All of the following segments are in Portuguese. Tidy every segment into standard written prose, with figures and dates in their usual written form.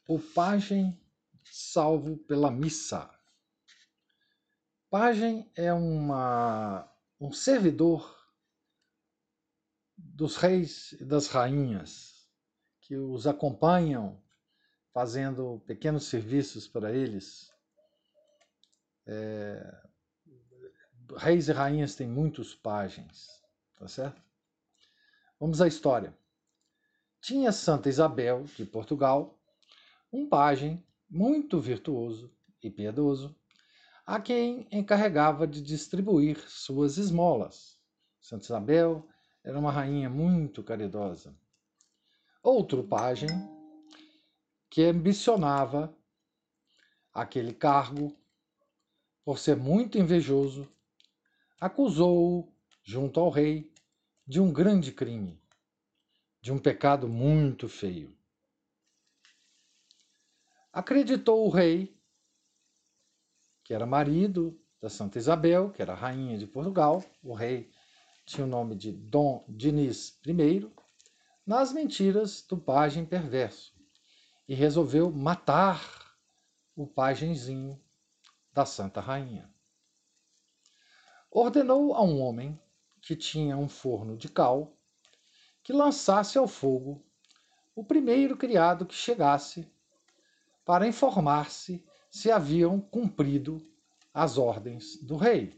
O pajem salvo pela missa. Pajem é um servidor dos reis e das rainhas que os acompanham fazendo pequenos serviços para eles. Reis e rainhas têm muitos pajens, tá certo? Vamos à história. Tinha Santa Isabel de Portugal um pajem muito virtuoso e piedoso, a quem encarregava de distribuir suas esmolas. Santa Isabel era uma rainha muito caridosa. Outro pajem, que ambicionava aquele cargo, por ser muito invejoso, acusou-o junto ao rei de um grande crime, de um pecado muito feio. Acreditou o rei, que era marido da Santa Isabel, que era rainha de Portugal, o rei tinha o nome de Dom Dinis I, nas mentiras do pajem perverso, e resolveu matar o pajenzinho da Santa Rainha. Ordenou a um homem que tinha um forno de cal que lançasse ao fogo o primeiro criado que chegasse para informar-se se haviam cumprido as ordens do rei.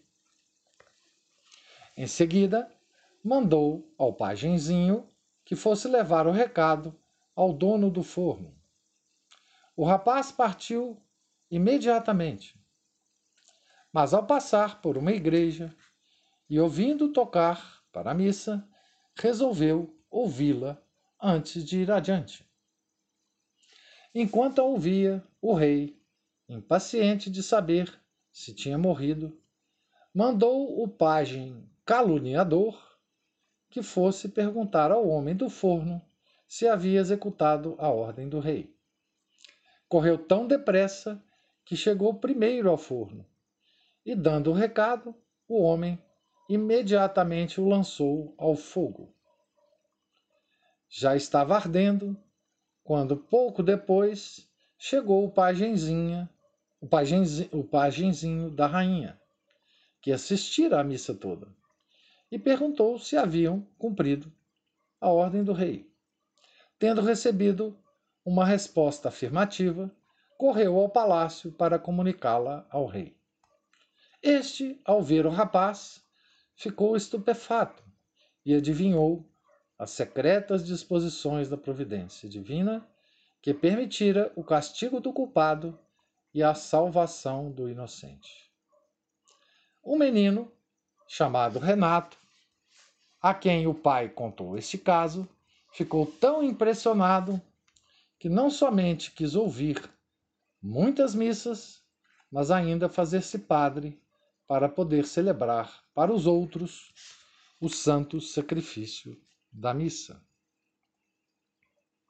Em seguida, mandou ao pajenzinho que fosse levar o recado ao dono do forno. O rapaz partiu imediatamente, mas ao passar por uma igreja e ouvindo tocar para a missa, resolveu ouvi-la antes de ir adiante. Enquanto a ouvia, o rei, impaciente de saber se tinha morrido, mandou o pajem caluniador que fosse perguntar ao homem do forno se havia executado a ordem do rei. Correu tão depressa que chegou primeiro ao forno e, dando o recado, o homem imediatamente o lançou ao fogo. Já estava ardendo quando, pouco depois, chegou o pajenzinho da rainha, que assistira à missa toda, e perguntou se haviam cumprido a ordem do rei. Tendo recebido uma resposta afirmativa, correu ao palácio para comunicá-la ao rei. Este, ao ver o rapaz, ficou estupefato e adivinhou as secretas disposições da providência divina que permitira o castigo do culpado e a salvação do inocente. Um menino, chamado Renato, a quem o pai contou este caso, ficou tão impressionado que não somente quis ouvir muitas missas, mas ainda fazer-se padre para poder celebrar para os outros o santo sacrifício da missa.